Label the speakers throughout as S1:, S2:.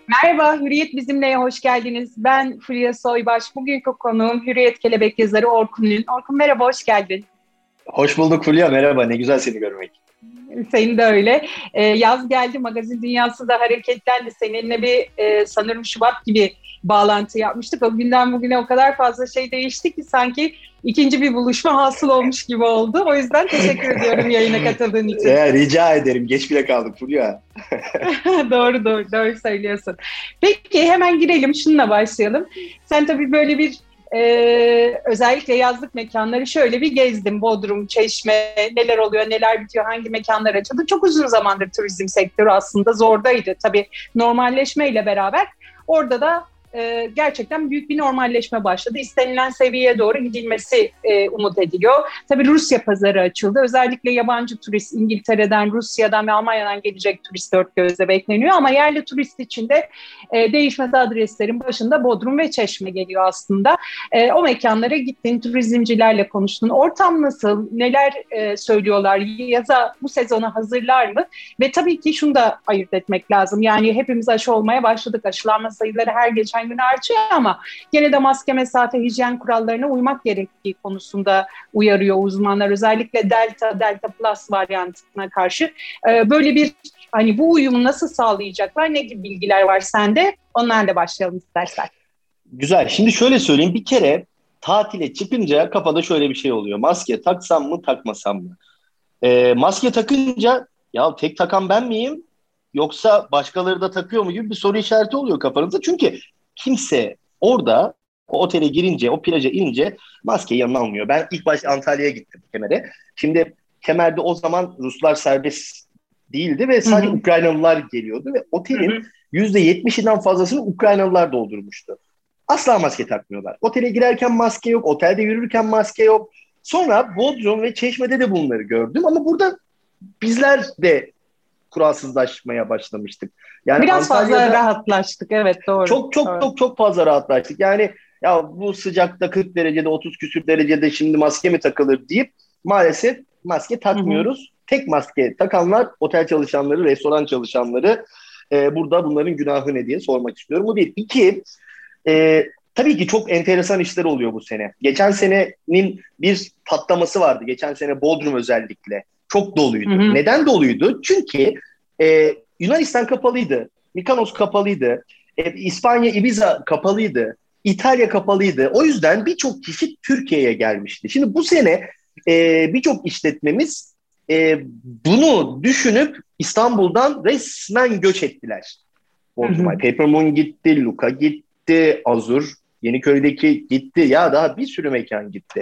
S1: Merhaba, Hürriyet Bizimle'ye hoş geldiniz. Ben Fulya Soybaş. Bugünkü konuğum Hürriyet Kelebek yazarı Orkun Ün. Orkun merhaba, hoş geldin.
S2: Hoş bulduk Fulya, merhaba. Ne güzel seni görmek.
S1: Senin de öyle. Yaz geldi, magazin dünyası da hareketlendi. Seninle sanırım Şubat gibi bağlantı yapmıştık. O günden bugüne o kadar fazla şey değişti ki sanki ikinci bir buluşma hasıl olmuş gibi oldu. O yüzden teşekkür ediyorum yayına katıldığın için.
S2: Rica ederim. Geç bile kaldık Fulya.
S1: Doğru söylüyorsun. Peki hemen girelim, şununla başlayalım. Sen tabii böyle özellikle yazlık mekanları şöyle bir gezdim. Bodrum, Çeşme, neler oluyor, neler bitiyor, hangi mekanlar açıldı. Çok uzun zamandır turizm sektörü aslında zordaydı. Tabii normalleşmeyle beraber orada da gerçekten büyük bir normalleşme başladı. İstenilen seviyeye doğru gidilmesi umut ediliyor. Tabii Rusya pazarı açıldı. Özellikle yabancı turist İngiltere'den, Rusya'dan ve Almanya'dan gelecek turist dört gözle bekleniyor. Ama yerli turist için de değişmez adreslerin başında Bodrum ve Çeşme geliyor aslında. O mekanlara gittin, turizmcilerle konuştun. Ortam nasıl? Neler söylüyorlar? Yaza bu sezona hazırlar mı? Ve tabii ki şunu da ayırt etmek lazım. Yani hepimiz aşı olmaya başladık. Aşılanma sayıları her geçen gün artıyor ama gene de maske, mesafe, hijyen kurallarına uymak gerektiği konusunda uyarıyor uzmanlar. Özellikle Delta Plus varyantına karşı. Böyle hani bu uyumu nasıl sağlayacaklar? Ne gibi bilgiler var sende? Onlarla başlayalım istersen.
S2: Güzel. Şimdi şöyle söyleyeyim. Bir kere tatile çıkınca kafada şöyle bir şey oluyor. Maske taksam mı, takmasam mı? Maske takınca ya tek takan ben miyim? Yoksa başkaları da takıyor mu gibi bir soru işareti oluyor kafanızda. Çünkü kimse orada o otele girince, o plaja inince maskeyi yanına almıyor. Ben ilk başta Antalya'ya gittim Kemer'e. Şimdi Kemer'de o zaman Ruslar serbest değildi ve sadece Ukraynalılar geliyordu ve otelin %70'inden fazlasını Ukraynalılar doldurmuştu. Asla maske takmıyorlar. Otele girerken maske yok, otelde yürürken maske yok. Sonra Bodrum ve Çeşme'de de bunları gördüm ama burada bizler de kuralsızlaşmaya başlamıştık. Yani
S1: Biraz fazla
S2: Antalya'da
S1: rahatlaştık. Evet, doğru.
S2: çok çok
S1: Doğru.
S2: çok çok fazla rahatlaştık. Yani ya bu sıcakta 40 derecede 30 küsür derecede şimdi maske mi takılır deyip maalesef maske
S1: Hı hı.
S2: takmıyoruz. Tek maske takanlar otel çalışanları, restoran çalışanları. Burada bunların günahı ne diye sormak istiyorum. Bu bir. İki, tabii ki çok enteresan işler oluyor bu sene. Geçen senenin bir patlaması vardı. Geçen sene Bodrum özellikle. Çok
S1: Hı
S2: doluydu.
S1: hı.
S2: Neden doluydu? Çünkü Yunanistan kapalıydı. Mikonos kapalıydı. İspanya, Ibiza kapalıydı. İtalya kapalıydı. O yüzden birçok kişi Türkiye'ye gelmişti. Şimdi bu sene birçok işletmemiz bunu düşünüp İstanbul'dan resmen göç ettiler.
S1: Hı hı.
S2: Bodrum'a. Paper Moon gitti, Luka gitti, Azur, Yeniköy'deki gitti. Ya daha bir sürü mekan gitti.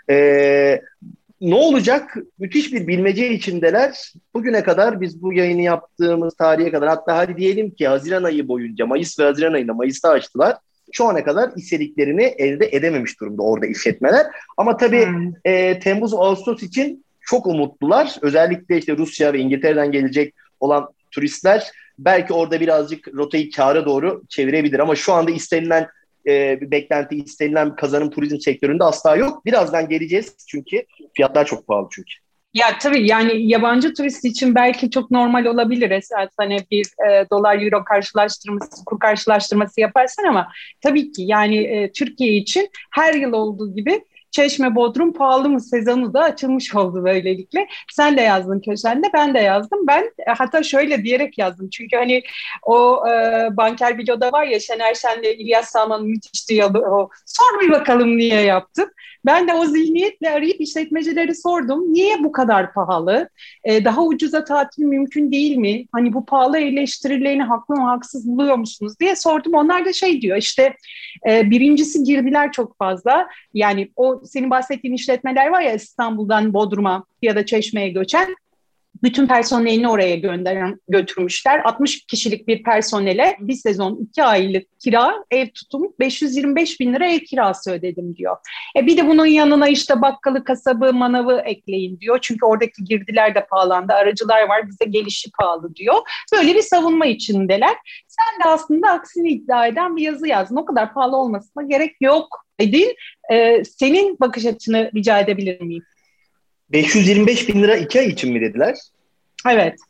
S2: Ee, Ne olacak? Müthiş bir bilmece içindeler. Bugüne kadar biz bu yayını yaptığımız tarihe kadar hatta hadi diyelim ki Haziran ayı boyunca Mayıs ve Haziran ayında Mayıs'ta açtılar. Şu ana kadar istediklerini elde edememiş durumda orada işletmeler. Ama tabii
S1: Hı.
S2: Temmuz, Ağustos için çok umutlular. Özellikle işte Rusya ve İngiltere'den gelecek olan turistler belki orada birazcık rotayı kâra doğru çevirebilir. Ama şu anda istenilen bir beklenti, istenilen bir kazanım turizm sektöründe asla yok. Birazdan geleceğiz çünkü fiyatlar çok pahalı çünkü.
S1: Ya tabii yani yabancı turist için belki çok normal olabilir esas hani bir dolar euro karşılaştırması, kur karşılaştırması yaparsan ama tabii ki yani Türkiye için her yıl olduğu gibi Çeşme Bodrum pahalı mı sezonu da açılmış oldu böylelikle. Sen de yazdın köşende, ben de yazdım. Ben hatta şöyle diyerek yazdım. Çünkü hani o Banker Bilo'da var ya Şener Şen'le İlyas Salman'ın müthiş diyaloğu. Sor bir bakalım niye yaptım. Ben de o zihniyetle arayıp işletmecileri sordum. Niye bu kadar pahalı? Daha ucuza tatil mümkün değil mi? Hani bu pahalı eleştirilerini haklı mı haksız buluyor musunuz diye sordum. Onlar da şey diyor işte birincisi girdiler çok fazla. Yani o senin bahsettiğin işletmeler var ya İstanbul'dan Bodrum'a ya da Çeşme'ye göçen bütün personelini oraya götürmüşler. 60 kişilik bir personele bir sezon 2 aylık kira, ev tutumu 525 bin lira ev kirası ödedim diyor. Bir de bunun yanına işte bakkalı, kasabı, manavı ekleyin diyor. Çünkü oradaki girdiler de pahalandı. Aracılar var bize gelişi pahalı diyor. Böyle bir savunma içindeler. Sen de aslında aksini iddia eden bir yazı yazdın. O kadar pahalı olmasına gerek yok dedin. Senin bakış açını rica edebilir miyim?
S2: 525 bin lira 2 ay için mi dediler?
S1: Evet.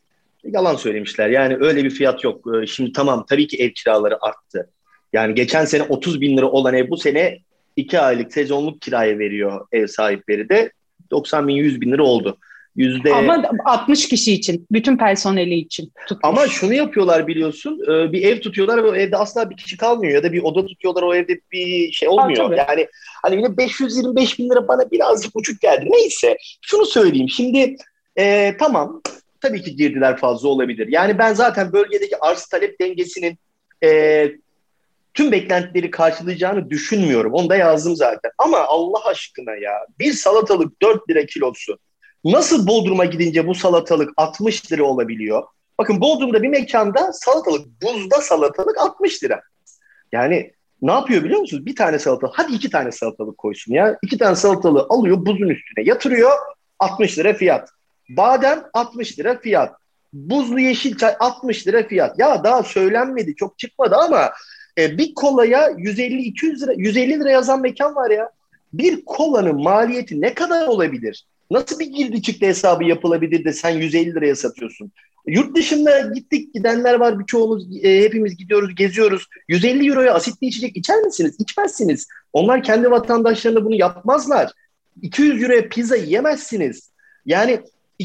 S2: Yalan söylemişler. Yani öyle bir fiyat yok. Şimdi tamam, tabii ki ev kiraları arttı. Yani geçen sene 30 bin lira olan ev bu sene 2 aylık sezonluk kiraya veriyor ev sahipleri de. 90 bin, 100 bin lira oldu. Yüzde
S1: Ama 60 kişi için, bütün personeli için
S2: Ama
S1: tutmuş.
S2: şunu yapıyorlar biliyorsun, bir ev tutuyorlar ve o evde asla bir kişi kalmıyor ya da bir oda tutuyorlar, o evde bir şey
S1: Aa,
S2: olmuyor.
S1: tabii.
S2: Yani hani yine 525 bin lira bana birazcık uçuk geldi. Neyse, şunu söyleyeyim şimdi, tamam, tabii ki girdiler fazla olabilir. Yani ben zaten bölgedeki arz talep dengesinin e, tüm beklentileri karşılayacağını düşünmüyorum. Onu da yazdım zaten. Ama Allah aşkına ya, bir salatalık 4 lira kilosu. Nasıl Bodrum'a gidince bu salatalık 60 lira olabiliyor? Bakın, Bodrum'da bir mekanda salatalık, buzda salatalık 60 lira. Yani ne yapıyor biliyor musunuz? Bir tane salatalık, hadi 2 tane salatalık koysun ya. 2 tane salatalığı alıyor, buzun üstüne yatırıyor, 60 lira fiyat. Badem 60 lira fiyat. Buzlu yeşil çay 60 lira fiyat. Ya daha söylenmedi, çok çıkmadı ama bir kolaya 150-200 lira, 150 lira yazan mekan var ya. Bir kolanın maliyeti ne kadar olabilir? Nasıl bir girdi çıktı hesabı yapılabilir de sen 150 liraya satıyorsun? Yurt dışında gittik, gidenler var birçoğumuz, hepimiz gidiyoruz, geziyoruz. 150 euroya asitli içecek içer misiniz? İçmezsiniz. Onlar kendi vatandaşlarına bunu yapmazlar. 200 euroya pizza yiyemezsiniz. Yani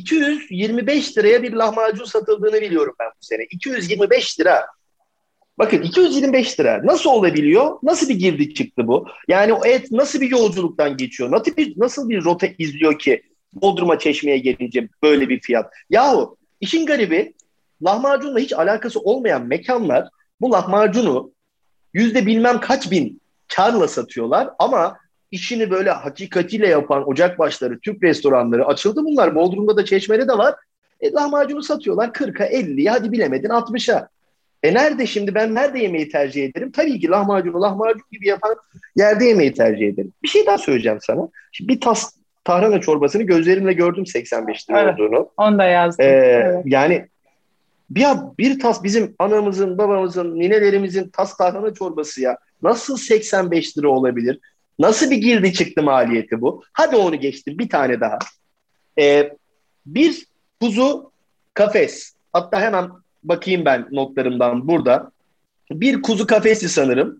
S2: 225 liraya bir lahmacun satıldığını biliyorum ben bu sene. 225 lira. Bakın, 225 lira nasıl olabiliyor? Nasıl bir girdi çıktı bu? Yani o et nasıl bir yolculuktan geçiyor? Nasıl bir rota izliyor ki Bodrum'a, Çeşme'ye gelince böyle bir fiyat? Yahu işin garibi, lahmacunla hiç alakası olmayan mekanlar bu lahmacunu yüzde bilmem kaç bin karla satıyorlar ama işini böyle hakikatiyle yapan ocakbaşları, Türk restoranları açıldı bunlar. Bodrum'da da, Çeşme'de de var. Lahmacunu satıyorlar 40'a, 50'ye, hadi bilemedin 60'a. Nerede şimdi, ben nerede yemeği tercih ederim? Tabii ki lahmacunu lahmacun gibi yapan yerde yemeği tercih ederim. Bir şey daha söyleyeceğim sana. Şimdi bir tas tarhana çorbasını gözlerimle gördüm 85 lira
S1: Evet,
S2: olduğunu.
S1: onu da yazdım. Evet.
S2: Yani bir tas bizim anamızın, babamızın, ninelerimizin tas tarhana çorbası ya. Nasıl 85 lira olabilir? Nasıl bir girdi çıktı maliyeti bu? Hadi onu geçtim, bir tane daha. Ee, Bir kuzu kafes. Hatta hemen bakayım ben notlarımdan burada. Bir kuzu kafesi sanırım.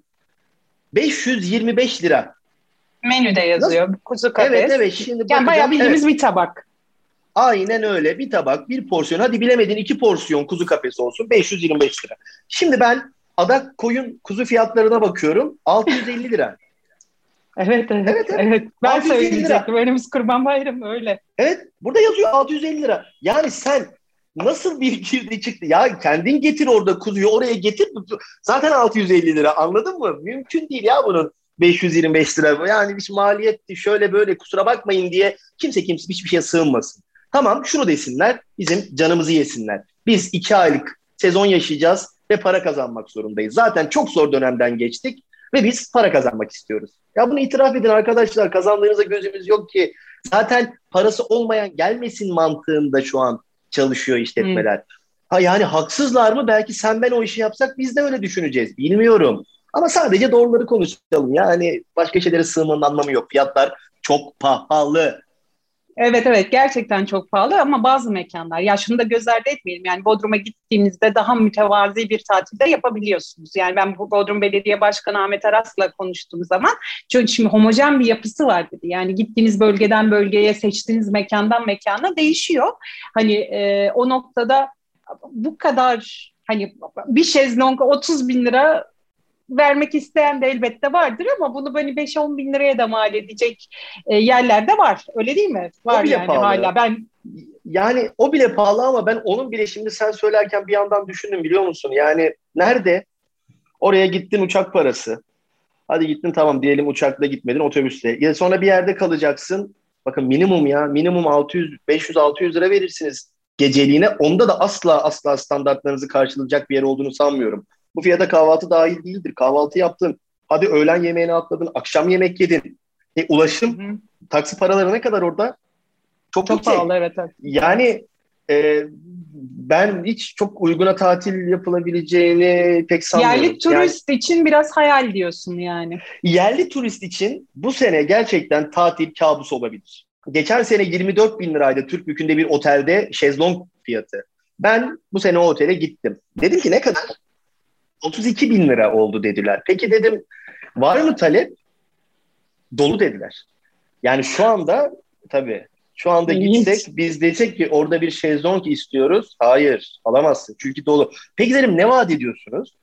S2: 525 lira.
S1: Menüde
S2: Nasıl?
S1: yazıyor. Kuzu
S2: Evet,
S1: kafes.
S2: evet, şimdi
S1: Yani bayağı
S2: bakacağım.
S1: bildiğimiz
S2: Evet,
S1: bir tabak.
S2: aynen öyle. Bir tabak, bir porsiyon. Hadi bilemedin 2 porsiyon kuzu kafesi olsun. 525 lira. Şimdi ben adak koyun kuzu fiyatlarına bakıyorum. 650 lira.
S1: Evet, evet,
S2: Evet, evet.
S1: evet. Ben
S2: 650 lira.
S1: söyleyecektim. Önümüz Kurban Bayramı öyle.
S2: Evet, burada yazıyor 650 lira. Yani sen nasıl bir girdi çıktı? Ya kendin getir, orada kuzuyu oraya getir. Zaten 650 lira, anladın mı? Mümkün değil ya bunun 525 lira. Yani bir maliyetti şöyle böyle, kusura bakmayın diye kimse hiçbir şeye sığınmasın. Tamam, şunu desinler, bizim canımızı yesinler. Biz 2 aylık sezon yaşayacağız ve para kazanmak zorundayız. Zaten çok zor dönemden geçtik ve biz para kazanmak istiyoruz. Ya bunu itiraf edin arkadaşlar, kazandığınıza gözümüz yok ki. Zaten parası olmayan gelmesin mantığında şu an çalışıyor
S1: Hmm.
S2: işletmeler. Ha yani haksızlar mı? Belki sen ben o işi yapsak biz de öyle düşüneceğiz. Bilmiyorum. Ama sadece doğruları konuşalım. Yani başka şeylere sığınmanın anlamı yok. Fiyatlar çok pahalı.
S1: Evet, evet, gerçekten çok pahalı ama bazı mekanlar, ya şunu da göz ardı etmeyelim, yani Bodrum'a gittiğinizde daha mütevazi bir tatilde yapabiliyorsunuz. Yani ben bu Bodrum Belediye Başkanı Ahmet Aras'la konuştuğum zaman, çünkü şimdi homojen bir yapısı var dedi. Yani gittiğiniz bölgeden bölgeye, seçtiğiniz mekandan mekana değişiyor. Hani o noktada bu kadar, hani bir şezlong 30 bin lira vermek isteyen de elbette vardır ama bunu böyle 5-10 bin liraya da mal edecek yerler de var. Öyle değil mi?
S2: O
S1: Var
S2: bile
S1: yani
S2: pahalı.
S1: hala. Ben
S2: Yani o bile pahalı ama ben onun bile, şimdi sen söylerken bir yandan düşündüm biliyor musun? Yani nerede? Oraya gittin, uçak parası. Hadi gittin, tamam diyelim, uçakla gitmedin, otobüsle. Ya sonra bir yerde kalacaksın. Bakın minimum, ya minimum 600, 500, 600 lira verirsiniz geceliğine. Onda da asla standartlarınızı karşılayacak bir yer olduğunu sanmıyorum. Bu fiyata kahvaltı dahil değildir. Kahvaltı yaptın. Hadi öğlen yemeğini atladın. Akşam yemek yedin.
S1: Hı
S2: Ulaşım,
S1: hı.
S2: taksi paraları ne kadar orada? Çok
S1: Çok
S2: yüksek.
S1: pahalı, evet, evet. Evet.
S2: Yani ben hiç çok uyguna tatil yapılabileceğini pek
S1: Yerli
S2: sanmıyorum. Yani
S1: turist için biraz hayal diyorsun yani.
S2: yerli turist için bu sene gerçekten tatil kabus olabilir. Geçen sene 24 bin liraydı Türk Bükü'nde bir otelde şezlong fiyatı. Ben bu sene o otele gittim. Dedim ki ne kadar? 32 bin lira oldu dediler. Peki dedim, var mı talep? Dolu dediler. Yani şu anda tabii şu anda gitsek
S1: İlginç.
S2: biz desek ki orada bir şezlong istiyoruz. Hayır, alamazsın çünkü dolu. Peki dedim, ne vaat ediyorsunuz?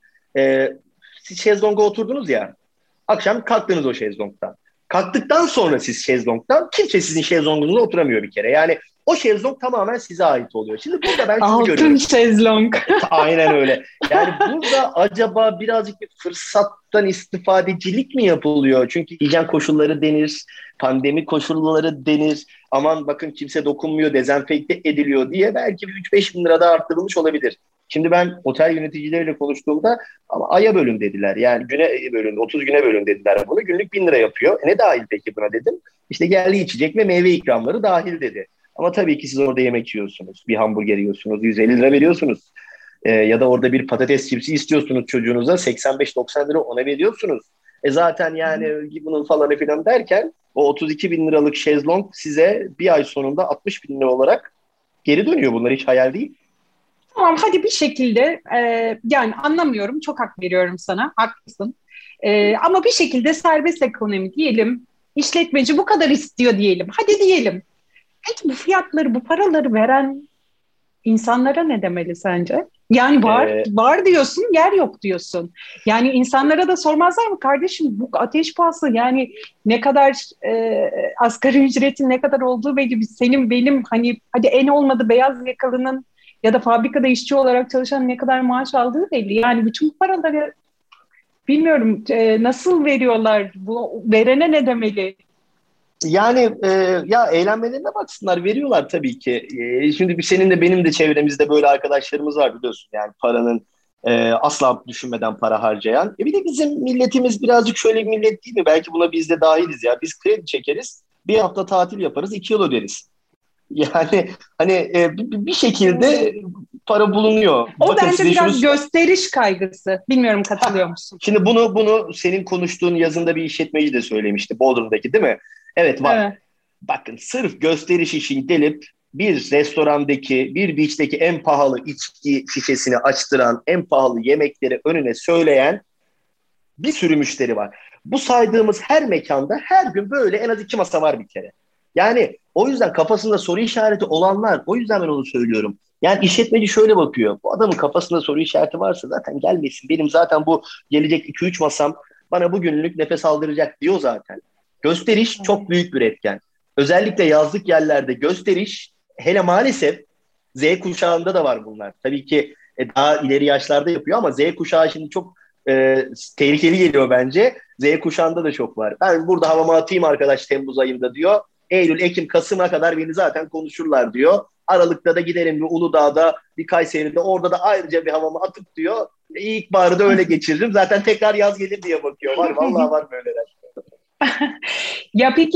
S2: Siz şezlonga oturdunuz ya. Akşam kalktınız o şezlongdan. Kalktıktan sonra siz şezlongdan, kimse sizin şezlongunuzda oturamıyor bir kere. Yani o şezlong tamamen size ait oluyor. Şimdi burada ben şunu
S1: Altın
S2: görüyorum.
S1: şezlong.
S2: Aynen öyle. Yani burada acaba birazcık bir fırsattan istifadecilik mi yapılıyor? Çünkü hijyen koşulları denir, pandemi koşulları denir. Aman bakın kimse dokunmuyor, dezenfekte ediliyor diye belki bir 3-5 bin lira da arttırılmış olabilir. Şimdi ben otel yöneticileriyle konuştuğumda ama aya bölün dediler. Yani güne bölün, 30 güne bölün dediler bunu. Günlük 1.000 lira yapıyor. Ne dahil peki buna dedim. İşte yerli içecek ve meyve ikramları dahil dedi. Ama tabii ki siz orada yemek yiyorsunuz. Bir hamburger yiyorsunuz. 150 lira veriyorsunuz. Ya da orada bir patates cipsi istiyorsunuz çocuğunuza. 85-90 lira ona veriyorsunuz. Zaten yani bunun falanı filan derken o 32 bin liralık şezlong size bir ay sonunda 60 bin lira olarak geri dönüyor. Bunlar hiç hayal değil.
S1: Tamam, hadi bir şekilde yani anlamıyorum, çok hak veriyorum sana, haklısın. Ama bir şekilde serbest ekonomi diyelim, işletmeci bu kadar istiyor diyelim, hadi diyelim. Peki bu fiyatları, bu paraları veren insanlara ne demeli sence? Yani var,
S2: E,
S1: var diyorsun, yer yok diyorsun. Yani insanlara da sormazlar mı kardeşim, bu ateş pahası, yani ne kadar asgari ücretin ne kadar olduğu belli. Senin benim hani hadi en olmadı beyaz yakalının ya da fabrikada işçi olarak çalışan ne kadar maaş aldığı belli. Yani bütün bu paraları bilmiyorum nasıl veriyorlar, bu verene ne demeli?
S2: Yani ya eğlenmelerine baksınlar, veriyorlar tabii ki. Şimdi senin de benim de çevremizde böyle arkadaşlarımız var biliyorsun. Yani paranın asla düşünmeden para harcayan. Bir de bizim milletimiz birazcık şöyle bir millet değil mi? Belki buna biz de dahiliz ya. Biz kredi çekeriz, bir hafta tatil yaparız, 2 yıl öderiz. Yani hani bir şekilde para bulunuyor.
S1: O
S2: Bakın
S1: bence
S2: size şunu.
S1: biraz gösteriş kaygısı. Bilmiyorum, katılıyor
S2: Heh,
S1: musun?
S2: şimdi bunu senin konuştuğun yazında bir işletmeci de söylemişti. Bodrum'daki değil mi? Evet, var.
S1: Evet.
S2: Bakın sırf gösteriş için gelip bir restorandaki, bir beach'teki en pahalı içki şişesini açtıran, en pahalı yemekleri önüne söyleyen bir sürü müşteri var. Bu saydığımız her mekanda her gün böyle en az 2 masa var bir kere. Yani o yüzden kafasında soru işareti olanlar, o yüzden ben onu söylüyorum. Yani işletmeci şöyle bakıyor. Bu adamın kafasında soru işareti varsa zaten gelmesin. Benim zaten bu gelecek 2-3 masam bana bugünlük nefes aldıracak diyor zaten. Gösteriş çok büyük bir etken. Özellikle yazlık yerlerde gösteriş, hele maalesef Z kuşağında da var bunlar. Tabii ki daha ileri yaşlarda yapıyor ama Z kuşağı şimdi çok tehlikeli geliyor bence. Z kuşağında da çok var. Ben burada havama atayım arkadaş Temmuz ayında diyor. Eylül, Ekim, Kasım'a kadar beni zaten konuşurlar diyor. Aralıkta da giderim bir Uludağ'da, bir Kayseri'de, orada da ayrıca bir havama atıp diyor. İlkbaharı da öyle geçiririm. Zaten tekrar yaz gelir diye bakıyor. Var, vallahi var böyleler.
S1: Ya peki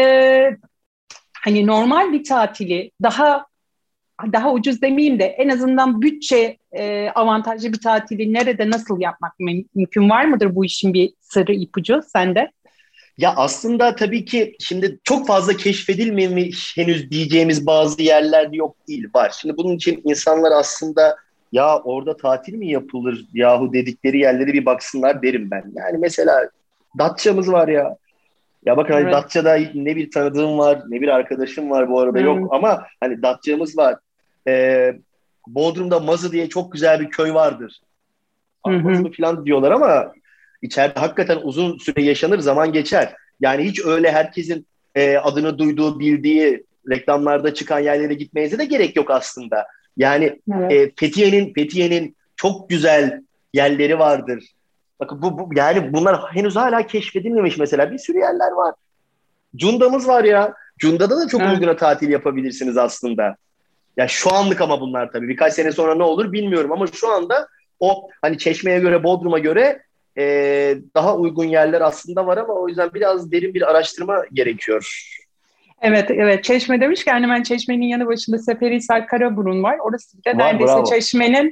S1: hani normal bir tatili daha ucuz demeyeyim de en azından bütçe avantajlı bir tatili nerede nasıl yapmak mümkün, var mıdır bu işin bir sırrı, ipucu sende?
S2: Ya aslında tabii ki şimdi çok fazla keşfedilmemiş henüz diyeceğimiz bazı yerler yok değil, var. Şimdi bunun için insanlar aslında ya orada tatil mi yapılır yahu dedikleri yerlere bir baksınlar derim ben. Yani mesela Datça'mız var ya. Ya bakın hani
S1: Evet.
S2: Datça'da ne bir tanıdığım var, ne bir arkadaşım var bu arada, yok
S1: Evet.
S2: ama hani Datça'mız var. Ee, Bodrum'da Mazı diye çok güzel bir köy vardır.
S1: Hı
S2: Mazı
S1: hı.
S2: mı falan diyorlar ama içeride hakikaten uzun süre yaşanır, zaman geçer. Yani hiç öyle herkesin adını duyduğu, bildiği, reklamlarda çıkan yerlere gitmenize de gerek yok aslında. Yani
S1: Evet.
S2: Fethiye'nin çok güzel yerleri vardır. Bakın yani bunlar henüz hala keşfedilmemiş mesela. Bir sürü yerler var. Cunda'mız var ya. Cunda'da da çok
S1: Evet.
S2: uyguna tatil yapabilirsiniz aslında. Ya şu anlık ama bunlar tabii. Birkaç sene sonra ne olur bilmiyorum ama şu anda o hani Çeşme'ye göre, Bodrum'a göre daha uygun yerler aslında var ama o yüzden biraz derin bir araştırma gerekiyor.
S1: Evet, evet. Çeşme demişken hemen Çeşme'nin yanı başında Seferihisar Karaburun var. Orası da
S2: Var,
S1: neredeyse
S2: bravo.
S1: Çeşme'nin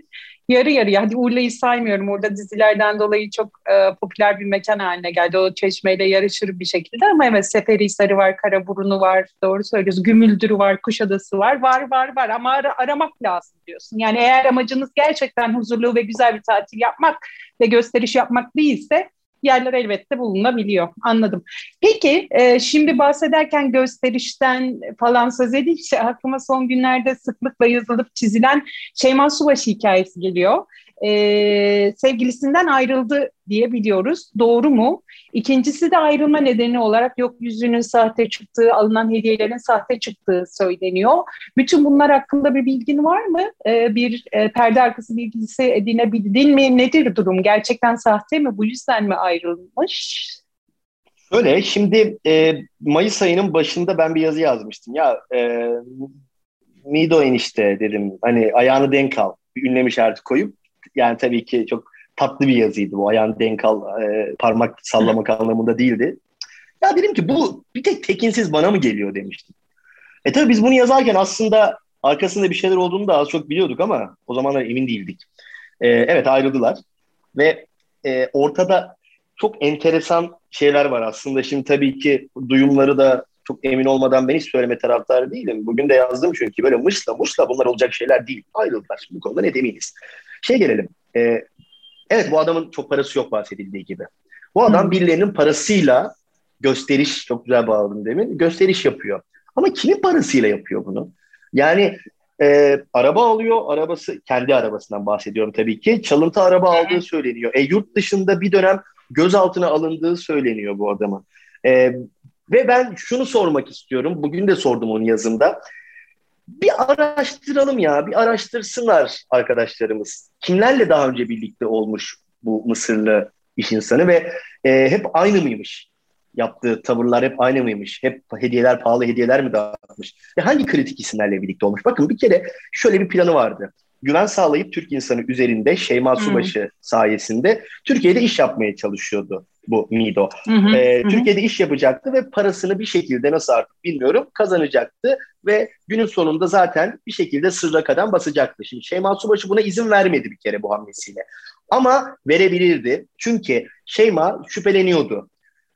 S1: Yarı yarıya. Hadi Urla'yı saymıyorum. Orada dizilerden dolayı çok popüler bir mekan haline geldi. O Çeşme'yle yarışır bir şekilde. Ama evet, Seferihisar'ı var, Karaburun'u var. Doğru söylüyorsun. Gümüldür'ü var, Kuşadası var. Var. Ama aramak lazım diyorsun. Yani eğer amacınız gerçekten huzurlu ve güzel bir tatil yapmak ve gösteriş yapmak değilse yerler elbette bulunabiliyor. Anladım. Peki, şimdi bahsederken gösterişten falan söz edince aklıma son günlerde sıklıkla yazılıp çizilen Şeyma Subaşı hikayesi geliyor. Sevgilisinden ayrıldı diye biliyoruz. Doğru mu? İkincisi de ayrılma nedeni olarak yok yüzüğünün sahte çıktığı, alınan hediyelerin sahte çıktığı söyleniyor. Bütün bunlar hakkında bir bilgin var mı? Bir perde arkası bilgisi edinebildin mi? Nedir durum? Gerçekten sahte mi? Bu yüzden mi ayrılmış?
S2: Şöyle şimdi Mayıs ayının başında ben bir yazı yazmıştım. Ya Mido enişte dedim. Hani ayağını denk al. Bir ünlem işareti koyup. Yani tabii ki çok tatlı bir yazıydı bu. Ayağını denk al, parmak sallamak anlamında değildi. Ya dedim ki bu bir tek tekinsiz bana mı geliyor demiştim. Tabii biz bunu yazarken aslında arkasında bir şeyler olduğunu da az çok biliyorduk ama o zamanlar emin değildik. Evet, ayrıldılar ve ortada çok enteresan şeyler var aslında. Şimdi tabii ki duyumları da çok emin olmadan ben hiç söyleme taraftarı değilim. Bugün de yazdım çünkü böyle mışla bunlar olacak şeyler değil. Ayrıldılar. Şimdi bu konuda net eminiz. Gelelim. Evet, bu adamın çok parası yok bahsedildiği gibi. Bu adam birilerinin parasıyla gösteriş, çok güzel bağladım demin, gösteriş yapıyor. Ama kimin parasıyla yapıyor bunu? Yani araba alıyor, arabası, kendi arabasından bahsediyorum tabii ki. Çalıntı araba aldığı söyleniyor. Yurt dışında bir dönem gözaltına alındığı söyleniyor bu adamın. Ve ben şunu sormak istiyorum, bugün de sordum onu yazımda. Bir araştıralım ya, bir araştırsınlar arkadaşlarımız. Kimlerle daha önce birlikte olmuş bu Mısırlı iş insanı ve hep aynı mıymış? Yaptığı tavırlar hep aynı mıymış? Hep hediyeler, pahalı hediyeler mi dağıtmış? Hangi kritik isimlerle birlikte olmuş? Bakın, bir kere şöyle bir planı vardı. Güven sağlayıp Türk insanı üzerinde Şeyma Subaşı sayesinde Türkiye'de iş yapmaya çalışıyordu bu Mido. Türkiye'de iş yapacaktı ve parasını bir şekilde, nasıl artık bilmiyorum, kazanacaktı ve günün sonunda zaten bir şekilde sırra kadem basacaktı. Şimdi Şeyma Subaşı buna izin vermedi bir kere bu hamlesiyle. Ama verebilirdi. Çünkü Şeyma şüpheleniyordu.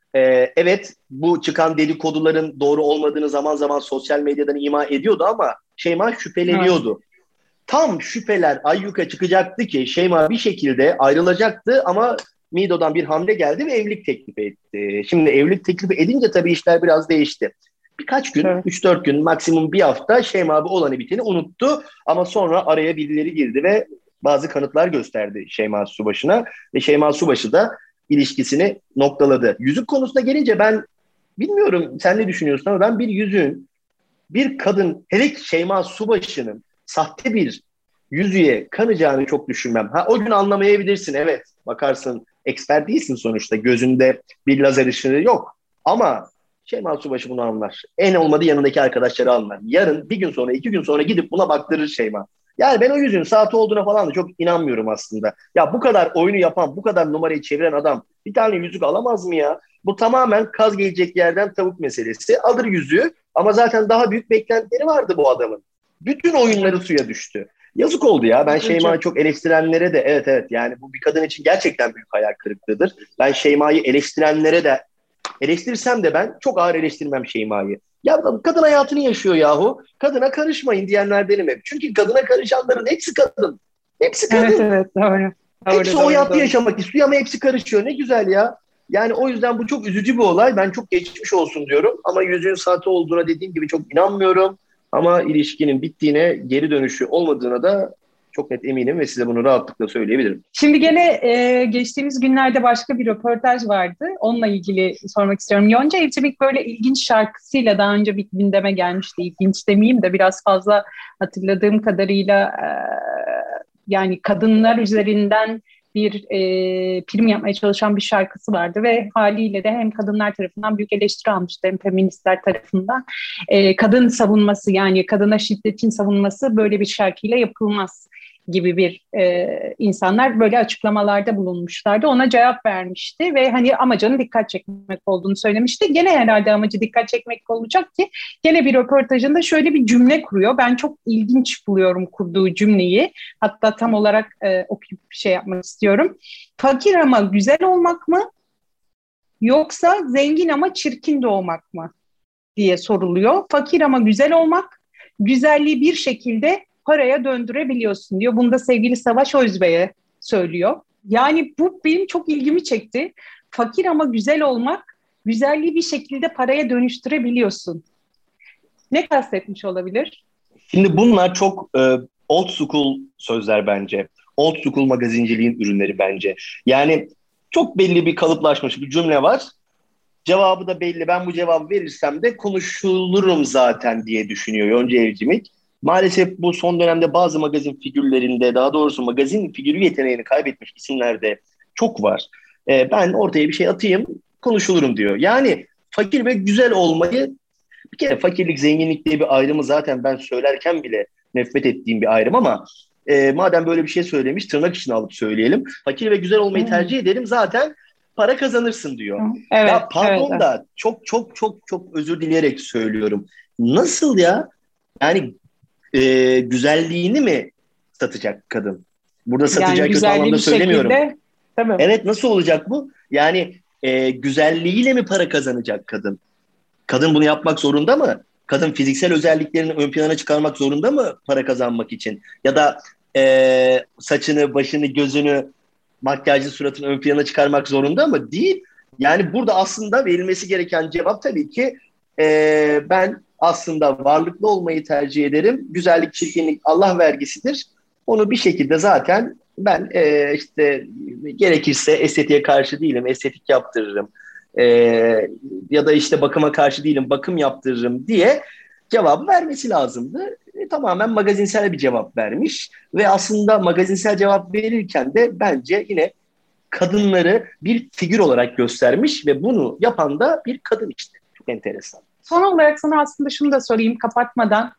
S2: Evet, bu çıkan dedikoduların doğru olmadığını zaman zaman sosyal medyadan ima ediyordu ama Şeyma şüpheleniyordu. Evet. Tam şüpheler ayyuka çıkacaktı ki Şeyma bir şekilde ayrılacaktı ama Mido'dan bir hamle geldi ve evlilik teklifi etti. Şimdi evlilik teklifi edince tabii işler biraz değişti. Birkaç gün, evet. 3-4 gün, maksimum bir hafta Şeyma bu olanı biteni unuttu. Ama sonra araya birileri girdi ve bazı kanıtlar gösterdi Şeyma Subaşı'na. Ve Şeyma Subaşı da ilişkisini noktaladı. Yüzük konusuna gelince ben bilmiyorum sen ne düşünüyorsun ama ben bir yüzüğün bir kadın, hele ki Şeyma Subaşı'nın sahte bir yüzüğe kanacağını çok düşünmem. O gün anlamayabilirsin, evet, bakarsın eksper değilsin sonuçta, gözünde bir lazer ışığı yok ama Şeyma Subaşı bunu anlar. En olmadı yanındaki arkadaşları anlar. Yarın, bir gün sonra, 2 gün sonra gidip buna baktırır Şeyma. Yani ben o yüzüğün sahte olduğuna falan da çok inanmıyorum aslında. Ya bu kadar oyunu yapan, bu kadar numarayı çeviren adam bir tane yüzük alamaz mı ya? Bu tamamen kaz gelecek yerden tavuk meselesi. Alır yüzüğü ama zaten daha büyük beklentileri vardı bu adamın. Bütün oyunları suya düştü. Yazık oldu ya. Ben Şeyma'yı çok eleştirenlere de evet yani bu bir kadın için gerçekten büyük hayal kırıklığıdır. Ben Şeyma'yı eleştirenlere de eleştirsem de ben çok ağır eleştirmem Şeyma'yı. Ya kadın hayatını yaşıyor yahu. Kadına karışmayın diyenlerdenim hep. Çünkü kadına karışanların hepsi kadın. Hepsi kadın.
S1: Evet, doğru.
S2: Hepsi o hayatı yaşamak istiyor ama hepsi karışıyor. Ne güzel ya. Yani o yüzden bu çok üzücü bir olay. Ben çok geçmiş olsun diyorum. Ama yüzüğün sahte olduğuna dediğim gibi çok inanmıyorum. Ama ilişkinin bittiğine, geri dönüşü olmadığına da çok net eminim ve size bunu rahatlıkla söyleyebilirim.
S1: Şimdi gene geçtiğimiz günlerde başka bir röportaj vardı. Onunla ilgili sormak istiyorum. Yonca Evcimik böyle ilginç şarkısıyla daha önce bir gündeme gelmişti. İlginç demeyeyim de biraz fazla hatırladığım kadarıyla yani kadınlar üzerinden bir prim yapmaya çalışan bir şarkısı vardı ve haliyle de hem kadınlar tarafından büyük eleştiri almıştı hem feministler tarafından. Kadın savunması, yani kadına şiddetin savunması böyle bir şarkıyla yapılmaz gibi bir insanlar böyle açıklamalarda bulunmuşlardı. Ona cevap vermişti ve hani amacının dikkat çekmek olduğunu söylemişti. Gene herhalde amacı dikkat çekmek olacak ki gene bir röportajında şöyle bir cümle kuruyor. Ben çok ilginç buluyorum kurduğu cümleyi. Hatta tam olarak okuyup şey yapmak istiyorum. Fakir ama güzel olmak mı? Yoksa zengin ama çirkin doğmak mı diye soruluyor. Fakir ama güzel olmak, güzelliği bir şekilde paraya döndürebiliyorsun diyor. Bunu da sevgili Savaş Özbey'e söylüyor. Yani bu benim çok ilgimi çekti. Fakir ama güzel olmak, güzelliği bir şekilde paraya dönüştürebiliyorsun. Ne kastetmiş olabilir?
S2: Şimdi bunlar çok old school sözler bence. Old school magazinciliğin ürünleri bence. Yani çok belli bir kalıplaşmış bir cümle var. Cevabı da belli. Ben bu cevabı verirsem de konuşulurum zaten diye düşünüyor Yonca Evcimik. Maalesef bu son dönemde bazı magazin figürlerinde, daha doğrusu magazin figürü yeteneğini kaybetmiş isimlerde çok var. Ben ortaya bir şey atayım, konuşulurum diyor. Yani fakir ve güzel olmayı, bir kere fakirlik, zenginlik diye bir ayrımı zaten ben söylerken bile nefret ettiğim bir ayrım, ama madem böyle bir şey söylemiş, tırnak içine alıp söyleyelim. Fakir ve güzel olmayı tercih ederim, zaten para kazanırsın diyor.
S1: Evet,
S2: Ya
S1: evet,
S2: pardon
S1: evet.
S2: da çok çok çok çok özür dileyerek söylüyorum. Nasıl ya? Yani güzelliğini mi satacak kadın? Burada
S1: Yani
S2: satacağı kötü
S1: güzelliği
S2: anlamda
S1: bir
S2: söylemiyorum.
S1: şekilde, tabii.
S2: Evet, nasıl olacak bu? Yani güzelliğiyle mi para kazanacak kadın? Kadın bunu yapmak zorunda mı? Kadın fiziksel özelliklerini ön plana çıkarmak zorunda mı para kazanmak için? Ya da saçını, başını, gözünü, makyajlı suratını ön plana çıkarmak zorunda mı? Değil. Yani burada aslında verilmesi gereken cevap tabii ki ben aslında varlıklı olmayı tercih ederim. Güzellik, çirkinlik Allah vergisidir. Onu bir şekilde zaten ben işte gerekirse estetiğe karşı değilim, estetik yaptırırım. E, Ya da işte bakıma karşı değilim, bakım yaptırırım diye cevap vermesi lazımdı. Tamamen magazinsel bir cevap vermiş ve aslında magazinsel cevap verirken de bence yine kadınları bir figür olarak göstermiş ve bunu yapan da bir kadın işte. Çok enteresan.
S1: Son olarak sana aslında şunu da sorayım kapatmadan.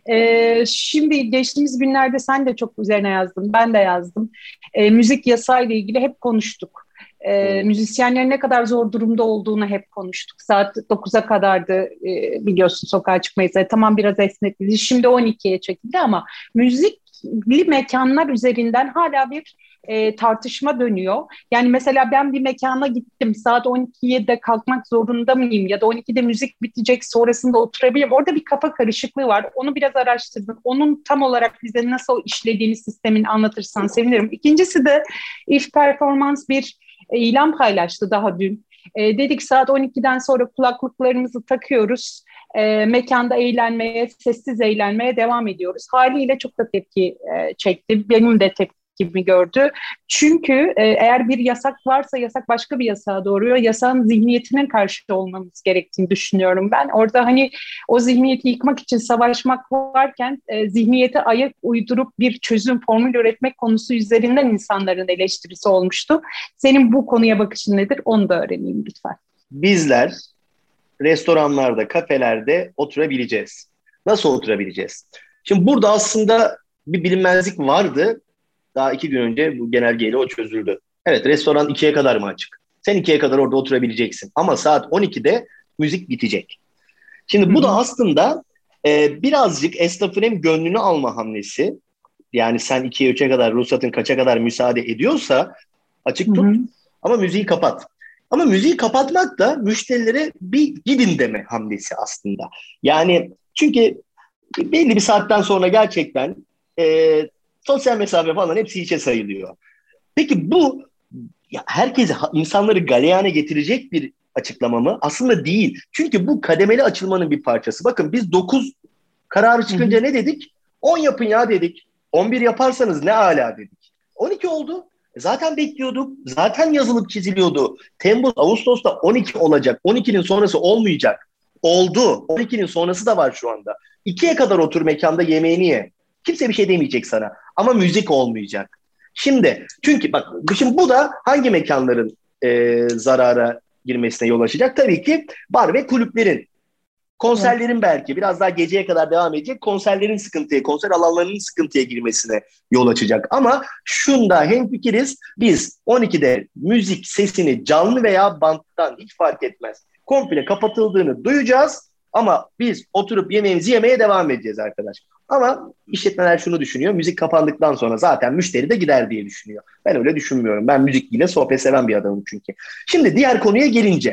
S1: Şimdi geçtiğimiz günlerde sen de çok üzerine yazdın, ben de yazdım. Müzik yasayla ilgili hep konuştuk.
S2: Hmm.
S1: Müzisyenlerin ne kadar zor durumda olduğunu hep konuştuk. Saat 9'a kadardı biliyorsun sokağa çıkma yasağı. Tamam biraz esnetildi. Şimdi 12'ye çekildi ama müzikli mekanlar üzerinden hala bir tartışma dönüyor. Yani mesela ben bir mekana gittim. Saat 12'ye de kalkmak zorunda mıyım? Ya da 12'de müzik bitecek, sonrasında oturabilirim. Orada bir kafa karışıklığı var. Onu biraz araştırdım. Onun tam olarak bize nasıl işlediğini sistemin anlatırsan sevinirim. İkincisi de If Performance bir ilan paylaştı daha dün. Dedik saat 12'den sonra kulaklıklarımızı takıyoruz. Mekanda eğlenmeye, sessiz eğlenmeye devam ediyoruz. Haliyle çok da tepki çekti. Benim de tepkimi gördü. Çünkü eğer bir yasak varsa yasak başka bir yasağa doğuruyor. Yasağın zihniyetinin karşı olmamız gerektiğini düşünüyorum ben. Orada hani o zihniyeti yıkmak için savaşmak varken zihniyete ayak uydurup bir çözüm formül üretmek konusu üzerinden insanların eleştirisi olmuştu. Senin bu konuya bakışın nedir? Onu da öğreneyim lütfen.
S2: Bizler restoranlarda, kafelerde oturabileceğiz. Nasıl oturabileceğiz? Şimdi burada aslında bir bilinmezlik vardı. Daha 2 gün önce bu genelgeyle o çözüldü. Evet, restoran 2'ye kadar mı açık? Sen 2'ye kadar orada oturabileceksin. Ama saat 12'de müzik bitecek.
S1: Hı
S2: Şimdi bu da
S1: hı.
S2: aslında birazcık esnafın hem gönlünü alma hamlesi. Yani sen 2'ye 3'e kadar, ruhsatın kaça kadar müsaade ediyorsa
S1: Hı
S2: açık
S1: hı.
S2: tut ama müziği kapat. Ama müziği kapatmak da müşterilere bir gidin deme hamlesi aslında. Yani çünkü belli bir saatten sonra gerçekten sosyal mesafe falan hepsi hiçe sayılıyor. Peki bu ya herkese, insanları galeyana getirecek bir açıklama mı? Aslında değil. Çünkü bu kademeli açılmanın bir parçası. Bakın biz 9 kararı
S1: Hı hı.
S2: çıkınca ne dedik? 10 yapın ya dedik. 11 yaparsanız ne ala dedik. 12 oldu. Zaten bekliyorduk. Zaten yazılıp çiziliyordu. Temmuz, Ağustos'ta 12 olacak. 12'nin sonrası olmayacak. Oldu. 12'nin sonrası da var şu anda. 2'ye kadar otur mekanda, yemeğini ye. Kimse bir şey demeyecek sana. Ama müzik olmayacak. Şimdi çünkü bak, şimdi bu da hangi mekanların zarara girmesine yol açacak? Tabii ki bar ve kulüplerin. Konserlerin belki biraz daha geceye kadar devam edecek. Konserlerin sıkıntıya, konser alanlarının sıkıntıya girmesine yol açacak. Ama şunda hemfikiriz. Biz 12'de müzik sesini canlı veya banttan hiç fark etmez, komple kapatıldığını duyacağız. Ama biz oturup yemeğimizi yemeye devam edeceğiz arkadaş. Ama işletmeler şunu düşünüyor. Müzik kapandıktan sonra zaten müşteri de gider diye düşünüyor. Ben öyle düşünmüyorum. Ben müzikle sohbet seven bir adamım çünkü. Şimdi diğer konuya gelince.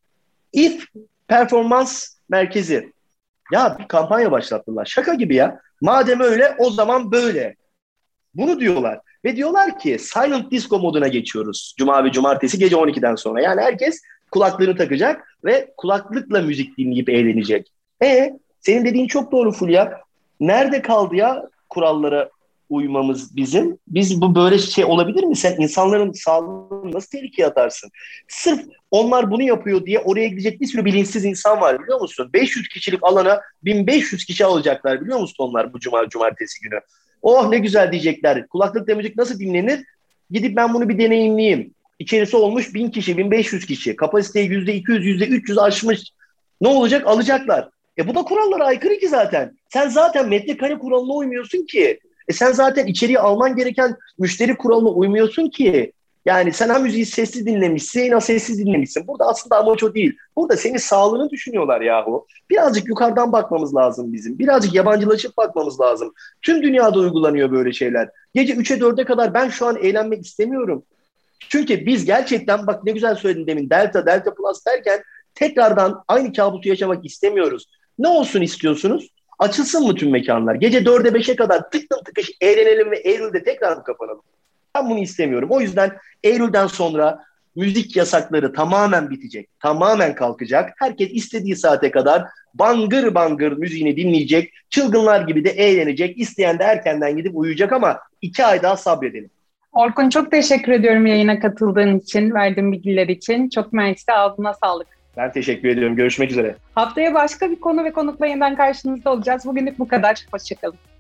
S2: İF Performans Merkezi. Ya bir kampanya başlattılar. Şaka gibi ya. Madem öyle o zaman böyle. Bunu diyorlar. Ve diyorlar ki silent disco moduna geçiyoruz. Cuma ve cumartesi gece 12'den sonra. Yani herkes kulaklığını takacak ve kulaklıkla müzik dinleyip eğlenecek. Senin dediğin çok doğru Fulya. Nerede kaldı ya kurallara uymamız bizim? Biz bu böyle şey olabilir mi? Sen insanların sağlığını nasıl tehlikeye atarsın? Sırf onlar bunu yapıyor diye oraya gidecek bir sürü bilinçsiz insan var biliyor musun? 500 kişilik alana 1500 kişi alacaklar biliyor musun onlar bu cumartesi günü? Oh ne güzel diyecekler. Kulaklıkla müzik nasıl dinlenir? Gidip ben bunu bir deneyimleyeyim. İçerisi olmuş 1000 kişi, 1500 kişi. Kapasiteyi %200, %300 aşmış. Ne olacak? Alacaklar. Bu da kurallara aykırı ki zaten. Sen zaten metrekare kuralına uymuyorsun ki. Sen zaten içeriye alman gereken müşteri kuralına uymuyorsun ki. Yani sen ha müziği sessiz dinlemişsin, ha sessiz dinlemişsin. Burada aslında amaç o değil. Burada senin sağlığını düşünüyorlar yahu. Birazcık yukarıdan bakmamız lazım bizim. Birazcık yabancılaşıp bakmamız lazım. Tüm dünyada uygulanıyor böyle şeyler. Gece 3'e 4'e kadar ben şu an eğlenmek istemiyorum. Çünkü biz gerçekten bak ne güzel söyledin demin Delta Plus derken tekrardan aynı kabusu yaşamak istemiyoruz. Ne olsun istiyorsunuz? Açılsın mı tüm mekanlar? Gece 4'e 5'e kadar tıklım tıkış eğlenelim ve Eylül'de tekrar mı kapanalım? Ben bunu istemiyorum. O yüzden Eylül'den sonra müzik yasakları tamamen bitecek. Tamamen kalkacak. Herkes istediği saate kadar bangır bangır müziğini dinleyecek. Çılgınlar gibi de eğlenecek. İsteyen de erkenden gidip uyuyacak ama 2 ay daha sabredelim.
S1: Orkun çok teşekkür ediyorum yayına katıldığın için, verdiğin bilgiler için. Çok mersi, ağzına sağlık.
S2: Ben teşekkür ediyorum. Görüşmek üzere.
S1: Haftaya başka bir konu ve konukla yeniden karşınızda olacağız. Bugünlük bu kadar. Hoşçakalın.